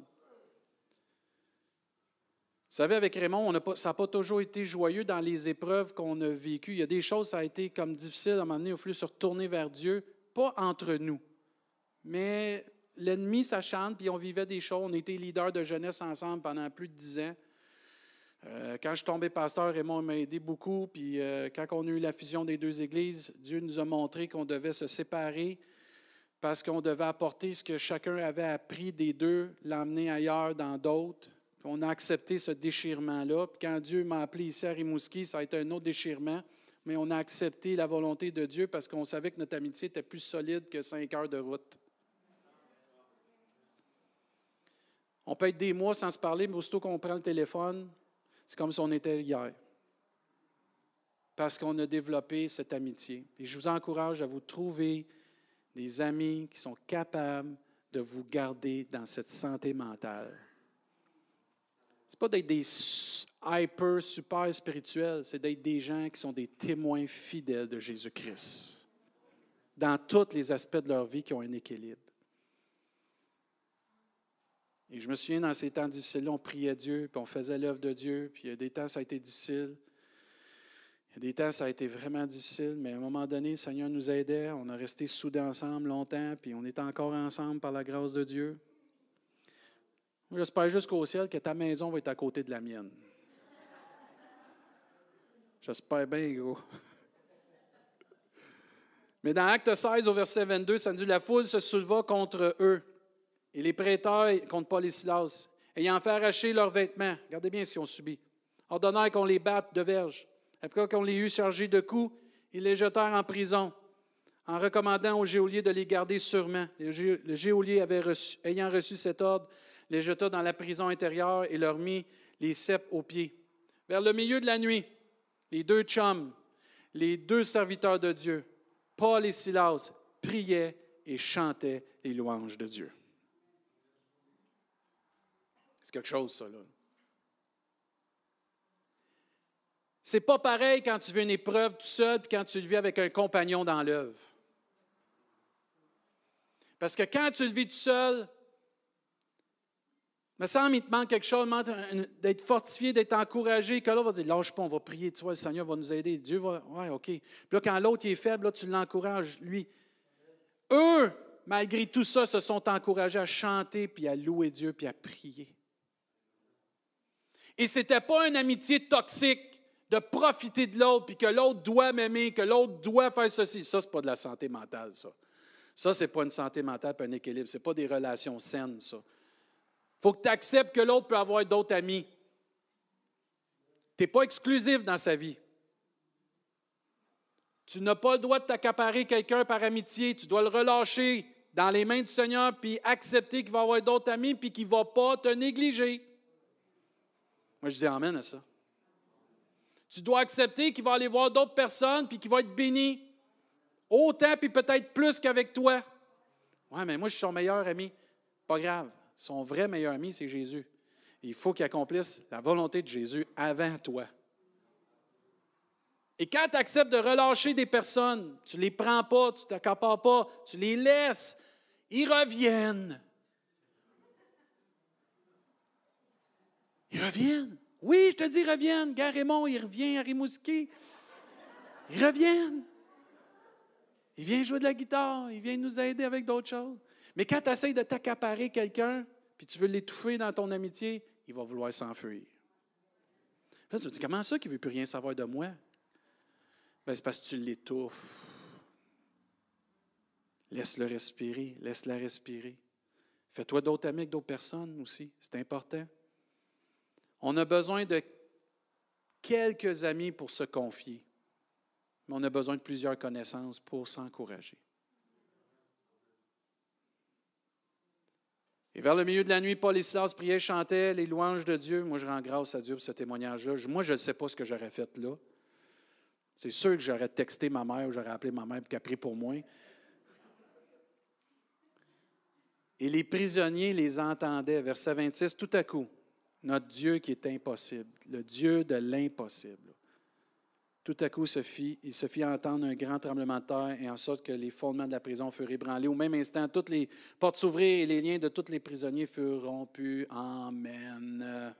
Vous savez, avec Raymond, ça n'a pas toujours été joyeux dans les épreuves qu'on a vécues. Il y a des choses, ça a été comme difficile à un moment donné, il a fallu se retourner vers Dieu, pas entre nous, mais l'ennemi, ça chante, puis on vivait des choses. On était leaders de jeunesse ensemble pendant plus de 10 ans. Quand je suis tombé pasteur, Raymond m'a aidé beaucoup. Puis quand on a eu la fusion des deux églises, Dieu nous a montré qu'on devait se séparer parce qu'on devait apporter ce que chacun avait appris des deux, l'emmener ailleurs dans d'autres. Puis on a accepté ce déchirement-là. Puis quand Dieu m'a appelé ici à Rimouski, ça a été un autre déchirement. Mais on a accepté la volonté de Dieu parce qu'on savait que notre amitié était plus solide que 5 heures de route. On peut être des mois sans se parler, mais aussitôt qu'on prend le téléphone, c'est comme si on était hier. Parce qu'on a développé cette amitié. Et je vous encourage à vous trouver des amis qui sont capables de vous garder dans cette santé mentale. Ce n'est pas d'être des super spirituels, c'est d'être des gens qui sont des témoins fidèles de Jésus-Christ. Dans tous les aspects de leur vie qui ont un équilibre. Et je me souviens, dans ces temps difficiles-là, on priait Dieu, puis on faisait l'œuvre de Dieu, puis il y a des temps, ça a été difficile. Il y a des temps, ça a été vraiment difficile, mais à un moment donné, le Seigneur nous aidait, on a resté soudés ensemble longtemps, puis on est encore ensemble par la grâce de Dieu. Moi, j'espère jusqu'au ciel que ta maison va être à côté de la mienne. J'espère bien, gros. Mais dans Acte 16, au verset 22, ça nous dit « La foule se souleva contre eux. » Et les prêteurs contre Paul et Silas, ayant fait arracher leurs vêtements, regardez bien ce qu'ils ont subi, ordonnèrent qu'on les batte de verge. Après qu'on les eut chargés de coups, ils les jetèrent en prison, en recommandant au geôlier de les garder sûrement. Le geôlier ayant reçu cet ordre, les jeta dans la prison intérieure et leur mit les ceps aux pieds. Vers le milieu de la nuit, les deux chums, les deux serviteurs de Dieu, Paul et Silas, priaient et chantaient les louanges de Dieu. C'est quelque chose, ça, là. C'est pas pareil quand tu vis une épreuve tout seul puis quand tu le vis avec un compagnon dans l'œuvre. Parce que quand tu le vis tout seul, il me semble qu'il te manque quelque chose, d'être fortifié, d'être encouragé, que l'autre va dire, lâche pas, on va prier, tu vois, le Seigneur va nous aider. Dieu va, ouais, OK. Puis là, quand l'autre est faible, là, tu l'encourages, lui. Eux, malgré tout ça, se sont encouragés à chanter, puis à louer Dieu, puis à prier. Et ce n'était pas une amitié toxique de profiter de l'autre, puis que l'autre doit m'aimer, que l'autre doit faire ceci. Ça, ce n'est pas de la santé mentale, ça. Ça, ce n'est pas une santé mentale, puis un équilibre. Ce n'est pas des relations saines, ça. Il faut que tu acceptes que l'autre peut avoir d'autres amis. Tu n'es pas exclusif dans sa vie. Tu n'as pas le droit de t'accaparer quelqu'un par amitié. Tu dois le relâcher dans les mains du Seigneur, puis accepter qu'il va avoir d'autres amis, puis qu'il ne va pas te négliger. Moi, je dis amen à ça. Tu dois accepter qu'il va aller voir d'autres personnes puis qu'il va être béni. Autant puis peut-être plus qu'avec toi. Ouais, mais moi, je suis son meilleur ami. Pas grave. Son vrai meilleur ami, c'est Jésus. Et il faut qu'il accomplisse la volonté de Jésus avant toi. Et quand tu acceptes de relâcher des personnes, tu ne les prends pas, tu ne t'accapares pas, tu les laisses, ils reviennent. Ils reviennent. Oui, je te dis, reviennent. Gars Raymond, il revient à Rimouski. Ils reviennent. Il vient jouer de la guitare. Il vient nous aider avec d'autres choses. Mais quand tu essaies de t'accaparer quelqu'un, puis tu veux l'étouffer dans ton amitié, il va vouloir s'enfuir. Là, tu te dis, comment ça qu'il ne veut plus rien savoir de moi? Bien, c'est parce que tu l'étouffes. Laisse-le respirer. Laisse-la respirer. Fais-toi d'autres amis avec d'autres personnes aussi. C'est important. On a besoin de quelques amis pour se confier. mais on a besoin de plusieurs connaissances pour s'encourager. Et vers le milieu de la nuit, Paul et Silas priaient, chantaient les louanges de Dieu. Moi, je rends grâce à Dieu pour ce témoignage-là. Moi, je ne sais pas ce que j'aurais fait là. C'est sûr que j'aurais texté ma mère ou j'aurais appelé ma mère pour qu'elle prie pour moi. Et les prisonniers les entendaient. Verset 26, tout à coup, notre Dieu qui est impossible, le Dieu de l'impossible. Tout à coup, il se fit entendre un grand tremblement de terre et en sorte que les fondements de la prison furent ébranlés. Au même instant, toutes les portes s'ouvrirent et les liens de tous les prisonniers furent rompus. Amen.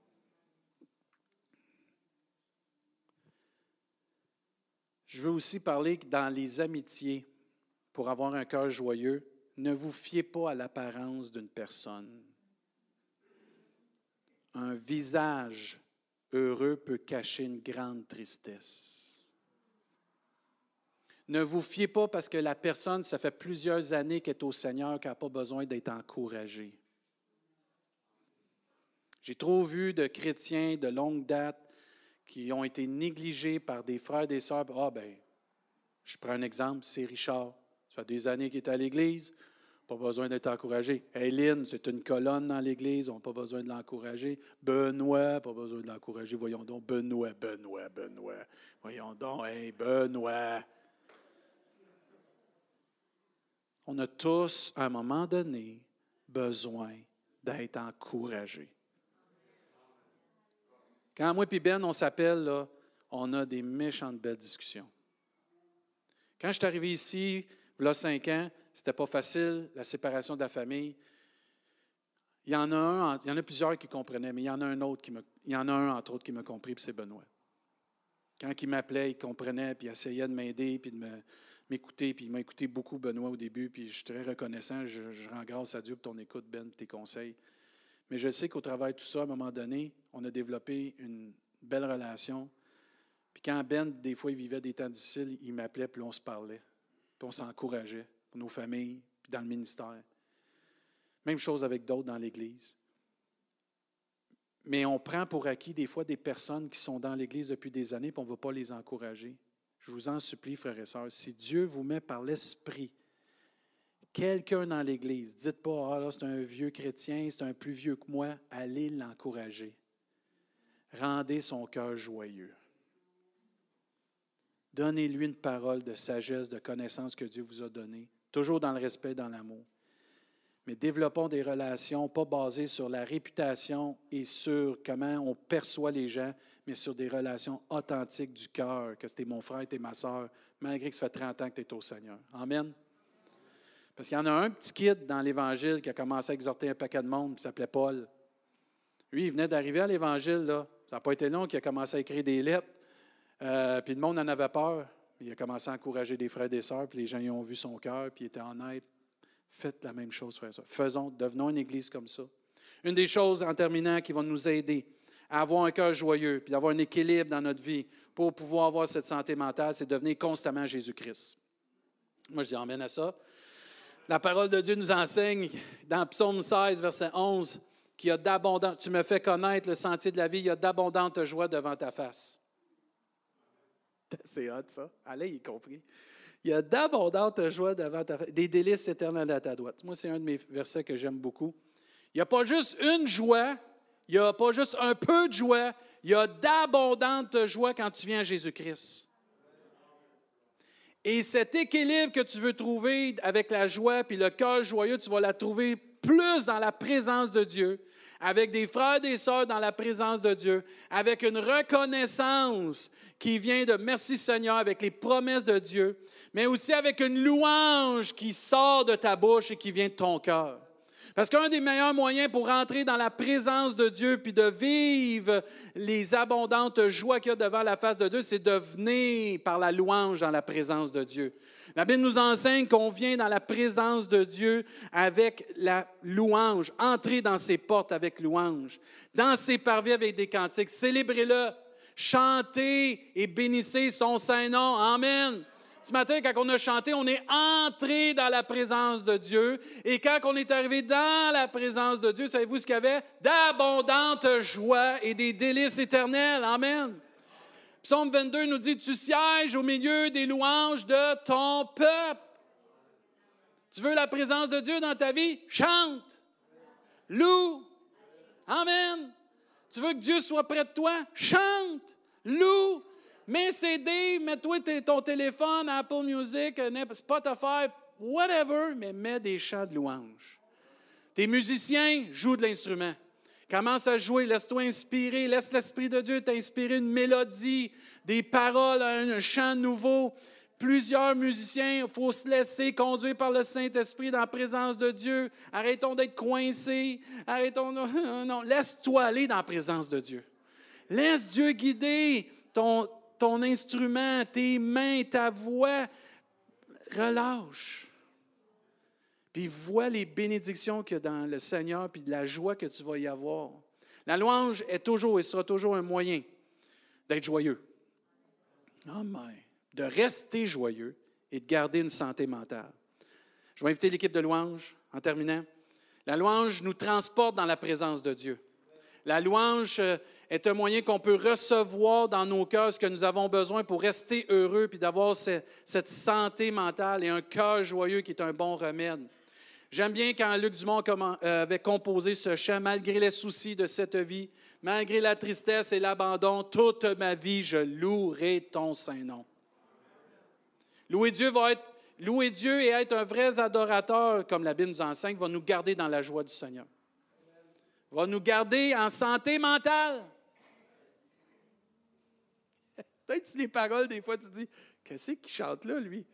Je veux aussi parler que dans les amitiés, pour avoir un cœur joyeux, ne vous fiez pas à l'apparence d'une personne. Un visage heureux peut cacher une grande tristesse. Ne vous fiez pas parce que la personne, ça fait plusieurs années qu'elle est au Seigneur, qu'elle n'a pas besoin d'être encouragée. J'ai trop vu de chrétiens de longue date qui ont été négligés par des frères et des sœurs. Je prends un exemple, c'est Richard. Ça fait des années qu'il est à l'Église, pas besoin d'être encouragé. Aileen, c'est une colonne dans l'Église, on n'a pas besoin de l'encourager. Benoît, pas besoin de l'encourager. Voyons donc, Benoît. Voyons donc, Benoît. On a tous, à un moment donné, besoin d'être encouragés. Quand moi et Ben, on s'appelle, là, on a des méchantes belles discussions. Quand je suis arrivé ici, il y a 5 ans, c'était pas facile, la séparation de la famille. Il y en a plusieurs qui comprenaient, mais il y en a un, entre autres, qui m'a compris, puis c'est Benoît. Quand il m'appelait, il comprenait, puis il essayait de m'aider, puis de m'écouter, puis il m'a écouté beaucoup, Benoît, au début, puis je suis très reconnaissant. Je rends grâce à Dieu pour ton écoute, Ben, pour tes conseils. Mais je sais qu'au travers de tout ça, à un moment donné, on a développé une belle relation. Puis quand Ben, des fois, il vivait des temps difficiles, il m'appelait, puis là, on se parlait. Puis on s'encourageait pour nos familles, puis dans le ministère. Même chose avec d'autres dans l'Église. Mais on prend pour acquis des fois des personnes qui sont dans l'Église depuis des années, puis on ne veut pas les encourager. Je vous en supplie, frères et sœurs, si Dieu vous met par l'Esprit quelqu'un dans l'Église, dites pas, ah là, c'est un vieux chrétien, c'est un plus vieux que moi, allez l'encourager. Rendez son cœur joyeux. Donnez-lui une parole de sagesse, de connaissance que Dieu vous a donnée, toujours dans le respect, dans l'amour. Mais développons des relations, pas basées sur la réputation et sur comment on perçoit les gens, mais sur des relations authentiques du cœur, que c'était mon frère, t'es ma sœur, malgré que ça fait 30 ans que tu es au Seigneur. Amen. Parce qu'il y en a un petit kid dans l'Évangile qui a commencé à exhorter un paquet de monde, qui s'appelait Paul. Lui, il venait d'arriver à l'Évangile, là. Ça n'a pas été long qu'il a commencé à écrire des lettres. Puis le monde en avait peur. Il a commencé à encourager des frères et des sœurs, puis les gens y ont vu son cœur, puis il était honnête. Faites la même chose, frères et sœurs. Devenons une Église comme ça. Une des choses, en terminant, qui va nous aider à avoir un cœur joyeux, puis d'avoir un équilibre dans notre vie pour pouvoir avoir cette santé mentale, c'est de devenir constamment Jésus-Christ. Moi, je dis amen à ça. La parole de Dieu nous enseigne, dans Psaume 16, verset 11, qu'il y a d'abondantes, tu me fais connaître le sentier de la vie, il y a d'abondantes joies devant ta face. C'est hot, ça. Allez, il est compris. Il y a d'abondantes joies devant ta face, des délices éternelles à ta droite. Moi, c'est un de mes versets que j'aime beaucoup. Il n'y a pas juste une joie, il n'y a pas juste un peu de joie, il y a d'abondantes joies quand tu viens à Jésus-Christ. Et cet équilibre que tu veux trouver avec la joie puis le cœur joyeux, tu vas la trouver plus dans la présence de Dieu, avec des frères et des sœurs dans la présence de Dieu, avec une reconnaissance qui vient de merci Seigneur, avec les promesses de Dieu, mais aussi avec une louange qui sort de ta bouche et qui vient de ton cœur. Parce qu'un des meilleurs moyens pour rentrer dans la présence de Dieu puis de vivre les abondantes joies qu'il y a devant la face de Dieu, c'est de venir par la louange dans la présence de Dieu. La Bible nous enseigne qu'on vient dans la présence de Dieu avec la louange, entrer dans ses portes avec louange, dans ses parvis avec des cantiques, célébrez-le, chantez et bénissez son Saint-Nom. Amen. Ce matin, quand on a chanté, on est entré dans la présence de Dieu. Et quand on est arrivé dans la présence de Dieu, savez-vous ce qu'il y avait? D'abondantes joies et des délices éternels. Amen. Psaume 22 nous dit, tu sièges au milieu des louanges de ton peuple. Tu veux la présence de Dieu dans ta vie? Chante. Loue. Amen. Tu veux que Dieu soit près de toi? Chante. Loue. Mets CD, mets-toi ton téléphone, Apple Music, Spotify, whatever, mais mets des chants de louange. Tes musiciens, jouent de l'instrument. Commence à jouer, laisse-toi inspirer, laisse l'Esprit de Dieu t'inspirer une mélodie, des paroles, un chant nouveau. Plusieurs musiciens, il faut se laisser conduire par le Saint-Esprit dans la présence de Dieu. Arrêtons d'être coincés. Non, laisse-toi aller dans la présence de Dieu. Laisse Dieu guider ton instrument, tes mains, ta voix. Relâche. Puis vois les bénédictions qu'il y a dans le Seigneur, puis de la joie que tu vas y avoir. La louange est toujours et sera toujours un moyen d'être joyeux. Amen. De rester joyeux et de garder une santé mentale. Je vais inviter l'équipe de louange en terminant. La louange nous transporte dans la présence de Dieu. La louange est un moyen qu'on peut recevoir dans nos cœurs ce que nous avons besoin pour rester heureux puis d'avoir cette santé mentale et un cœur joyeux qui est un bon remède. J'aime bien quand Luc Dumont avait composé ce chant, « Malgré les soucis de cette vie, malgré la tristesse et l'abandon, toute ma vie, je louerai ton Saint-Nom. » Louer Dieu et être un vrai adorateur, comme la Bible nous enseigne, va nous garder dans la joie du Seigneur. Va nous garder en santé mentale. Peut-être si les paroles, des fois, tu dis, qu'est-ce qu'il chante là, lui?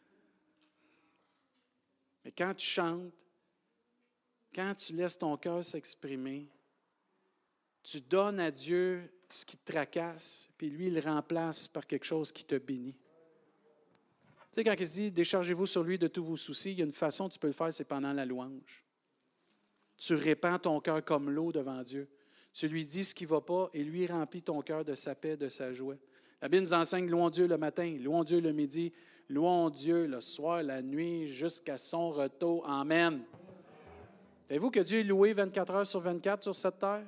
Mais quand tu chantes, quand tu laisses ton cœur s'exprimer, tu donnes à Dieu ce qui te tracasse, puis lui, il le remplace par quelque chose qui te bénit. Tu sais, quand il se dit « Déchargez-vous sur lui de tous vos soucis », il y a une façon tu peux le faire, c'est pendant la louange. Tu répands ton cœur comme l'eau devant Dieu. Tu lui dis ce qui ne va pas et lui remplit ton cœur de sa paix, de sa joie. La Bible nous enseigne « Louons Dieu le matin, louons Dieu le midi, louons Dieu le soir, la nuit, jusqu'à son retour. Amen. » Savez-vous que Dieu est loué 24 heures sur 24 sur cette terre?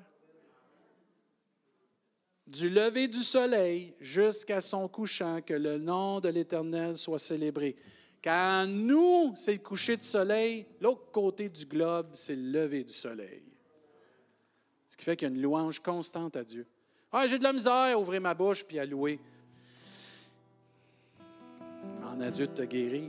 Du lever du soleil jusqu'à son couchant, que le nom de l'Éternel soit célébré. Quand nous, c'est le coucher du soleil, l'autre côté du globe, c'est le lever du soleil. Ce qui fait qu'il y a une louange constante à Dieu. Ah, j'ai de la misère à ouvrir ma bouche puis à louer. Demande à Dieu de te guérir.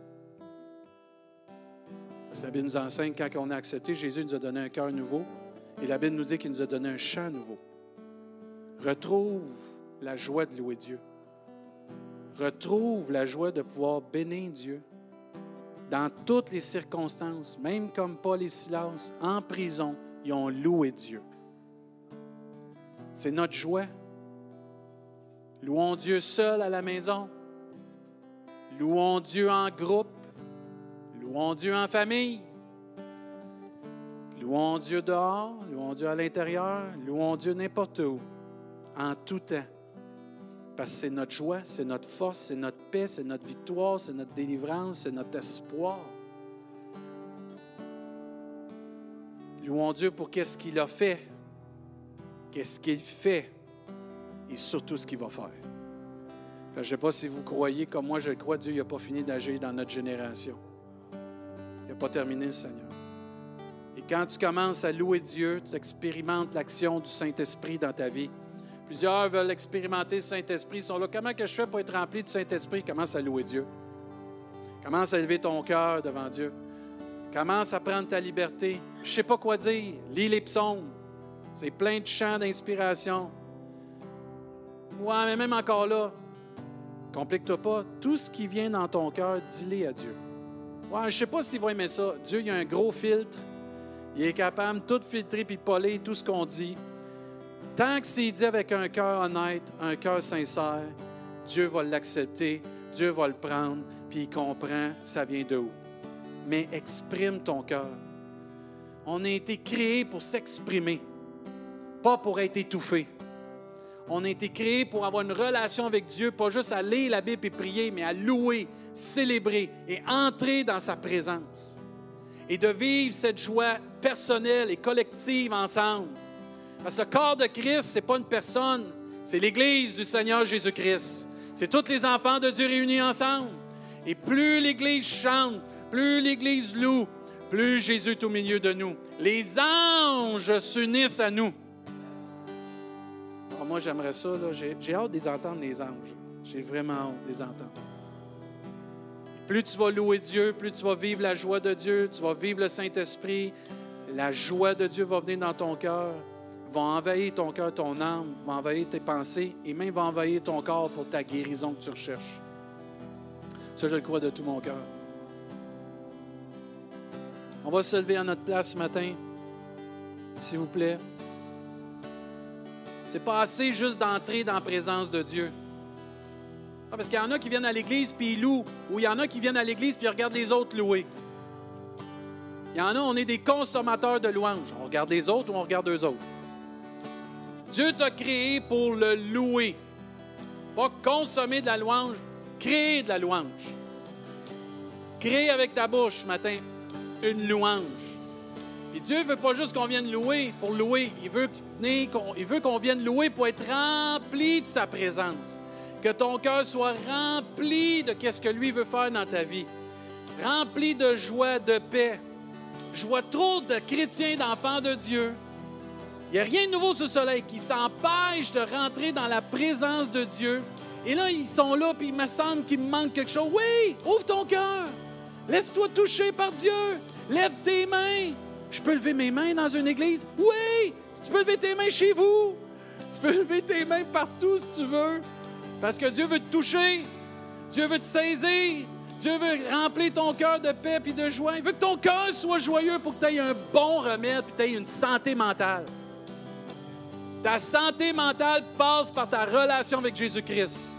Parce que la Bible nous enseigne, quand on a accepté, Jésus nous a donné un cœur nouveau. Et la Bible nous dit qu'il nous a donné un chant nouveau. Retrouve la joie de louer Dieu. Retrouve la joie de pouvoir bénir Dieu. Dans toutes les circonstances, même comme Paul et Silas, en prison, ils ont loué Dieu. C'est notre joie. Louons Dieu seul à la maison. Louons Dieu en groupe. Louons Dieu en famille. Louons Dieu dehors. Louons Dieu à l'intérieur. Louons Dieu n'importe où. En tout temps. Parce que c'est notre joie, c'est notre force, c'est notre paix, c'est notre victoire, c'est notre délivrance, c'est notre espoir. Louons Dieu pour qu'est-ce qu'il a fait, qu'est-ce qu'il fait et surtout ce qu'il va faire. Je ne sais pas si vous croyez, comme moi je le crois, Dieu n'a pas fini d'agir dans notre génération. Il n'a pas terminé, le Seigneur. Et quand tu commences à louer Dieu, tu expérimentes l'action du Saint-Esprit dans ta vie. Plusieurs veulent expérimenter le Saint-Esprit. Ils sont là. Comment que je fais pour être rempli du Saint-Esprit? Commence à louer Dieu. Commence à élever ton cœur devant Dieu. Commence à prendre ta liberté. Je ne sais pas quoi dire. Lis les psaumes. C'est plein de chants d'inspiration. Ouais, mais même encore là, complique-toi pas. Tout ce qui vient dans ton cœur, dis-le à Dieu. Ouais, je ne sais pas s'il va aimer ça. Dieu, il a un gros filtre. Il est capable de tout filtrer puis de poler tout ce qu'on dit. Tant que c'est dit avec un cœur honnête, un cœur sincère, Dieu va l'accepter, Dieu va le prendre, puis il comprend ça vient de où. Mais exprime ton cœur. On a été créés pour s'exprimer, pas pour être étouffé. On a été créés pour avoir une relation avec Dieu, pas juste à lire la Bible et prier, mais à louer, célébrer et entrer dans sa présence. Et de vivre cette joie personnelle et collective ensemble. Parce que le corps de Christ, ce n'est pas une personne, C'est l'Église du Seigneur Jésus-Christ. C'est tous les enfants de Dieu réunis ensemble. Et plus l'Église chante, plus l'Église loue, plus Jésus est au milieu de nous. Les anges s'unissent à nous. Alors moi, j'aimerais ça. Là. J'ai hâte de les entendre, les anges. J'ai vraiment hâte de les entendre. Plus tu vas louer Dieu, plus tu vas vivre la joie de Dieu, tu vas vivre le Saint-Esprit. La joie de Dieu va venir dans ton cœur, va envahir ton cœur, ton âme, va envahir tes pensées et même va envahir ton corps pour ta guérison que tu recherches. Ça, je le crois de tout mon cœur. On va se lever à notre place ce matin, s'il vous plaît. C'est pas assez juste d'entrer dans la présence de Dieu. Ah, parce qu'il y en a qui viennent à l'église puis ils louent, ou il y en a qui viennent à l'église puis ils regardent les autres louer. Il y en a, on est des consommateurs de louanges. On regarde les autres ou on regarde eux autres. Dieu t'a créé pour le louer. Pas consommer de la louange, créer de la louange. Créer avec ta bouche ce matin une louange. Puis Dieu ne veut pas juste qu'on vienne louer pour louer. Il veut qu'on vienne louer pour être rempli de sa présence. Que ton cœur soit rempli de ce que lui veut faire dans ta vie. Rempli de joie, de paix. Je vois trop de chrétiens, d'enfants de Dieu. Il n'y a rien de nouveau sous le soleil qui s'empêche de rentrer dans la présence de Dieu. Et là, ils sont là, puis il me semble qu'il me manque quelque chose. Oui, ouvre ton cœur. Laisse-toi toucher par Dieu. Lève tes mains. Je peux lever mes mains dans une église? Oui. Tu peux lever tes mains chez vous. Tu peux lever tes mains partout si tu veux. Parce que Dieu veut te toucher. Dieu veut te saisir. Dieu veut remplir ton cœur de paix et de joie. Il veut que ton cœur soit joyeux pour que tu aies un bon remède et que tu aies une santé mentale. Ta santé mentale passe par ta relation avec Jésus-Christ.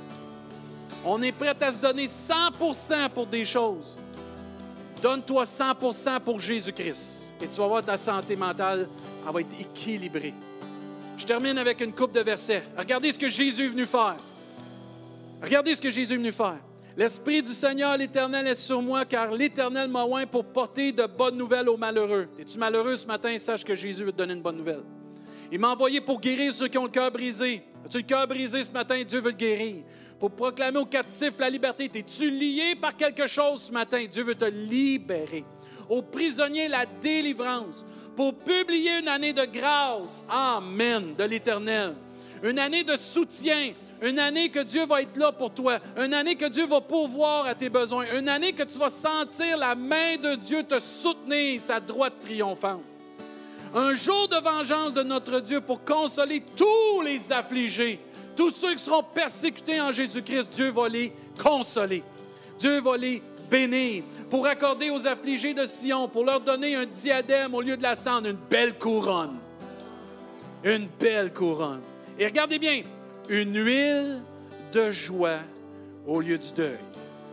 On est prêt à se donner 100% pour des choses. Donne-toi 100% pour Jésus-Christ. Et tu vas voir ta santé mentale, elle va être équilibrée. Je termine avec une couple de versets. Regardez ce que Jésus est venu faire. Regardez ce que Jésus est venu faire. L'Esprit du Seigneur, l'Éternel, est sur moi, car l'Éternel m'a oint pour porter de bonnes nouvelles aux malheureux. Es-tu malheureux ce matin? Sache que Jésus veut te donner une bonne nouvelle. Il m'a envoyé pour guérir ceux qui ont le cœur brisé. As-tu le cœur brisé ce matin? Dieu veut te guérir. Pour proclamer aux captifs la liberté. Es-tu lié par quelque chose ce matin? Dieu veut te libérer. Aux prisonniers, la délivrance. Pour publier une année de grâce, amen, de l'Éternel. Une année de soutien. Une année que Dieu va être là pour toi. Une année que Dieu va pourvoir à tes besoins. Une année que tu vas sentir la main de Dieu te soutenir, sa droite triomphante. Un jour de vengeance de notre Dieu pour consoler tous les affligés. Tous ceux qui seront persécutés en Jésus-Christ, Dieu va les consoler. Dieu va les bénir. Pour accorder aux affligés de Sion, pour leur donner un diadème au lieu de la cendre, une belle couronne. Une belle couronne. Et regardez bien, une huile de joie au lieu du deuil.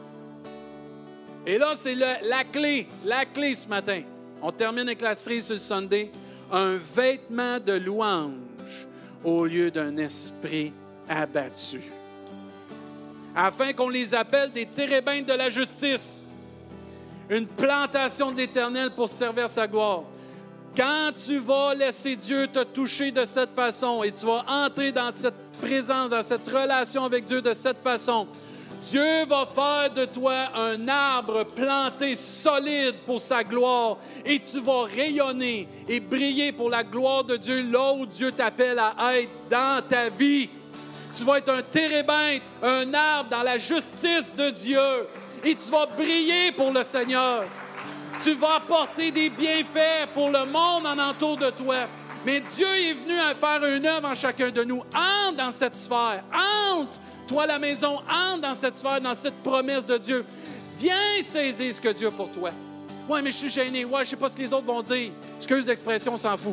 Et là, c'est la clé ce matin. On termine avec la cerise sur le Sunday. Un vêtement de louange au lieu d'un esprit abattu. Afin qu'on les appelle des térébintes de la justice. Une plantation de l'Éternel pour servir sa gloire. Quand tu vas laisser Dieu te toucher de cette façon et tu vas entrer dans cette présence, dans cette relation avec Dieu de cette façon, Dieu va faire de toi un arbre planté solide pour sa gloire et tu vas rayonner et briller pour la gloire de Dieu là où Dieu t'appelle à être dans ta vie. Tu vas être un térébinthe, un arbre dans la justice de Dieu et tu vas briller pour le Seigneur. Tu vas apporter des bienfaits pour le monde en entour de toi. Mais Dieu est venu à faire une œuvre en chacun de nous. Entre dans cette sphère. Entre, toi la maison, entre dans cette sphère, dans cette promesse de Dieu. Viens saisir ce que Dieu a pour toi. Ouais, mais je suis gêné. Ouais, je ne sais pas ce que les autres vont dire. Excuse l'expression, on s'en fout.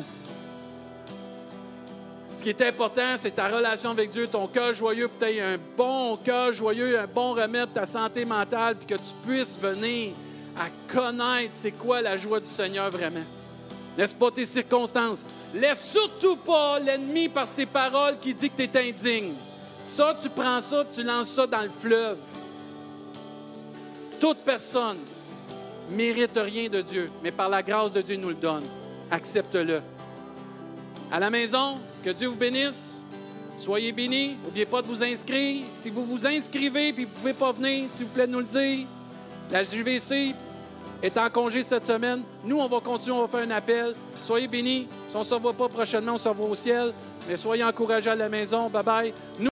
Ce qui est important, c'est ta relation avec Dieu, ton cœur joyeux, pour que tu aies un bon cœur joyeux, un bon remède pour ta santé mentale, puis que tu puisses venir à connaître c'est quoi la joie du Seigneur vraiment. Laisse pas tes circonstances. Laisse surtout pas l'ennemi par ses paroles qui dit que tu es indigne. Ça, tu prends ça, tu lances ça dans le fleuve. Toute personne ne mérite rien de Dieu, mais par la grâce de Dieu, il nous le donne. Accepte-le. À la maison, que Dieu vous bénisse. Soyez bénis. N'oubliez pas de vous inscrire. Si vous vous inscrivez et que vous ne pouvez pas venir, s'il vous plaît, de nous le dire. La JVC est en congé cette semaine. Nous, on va continuer, on va faire un appel. Soyez bénis. Si on ne se revoit pas prochainement, on se revoit au ciel. Mais soyez encouragés à la maison. Bye-bye.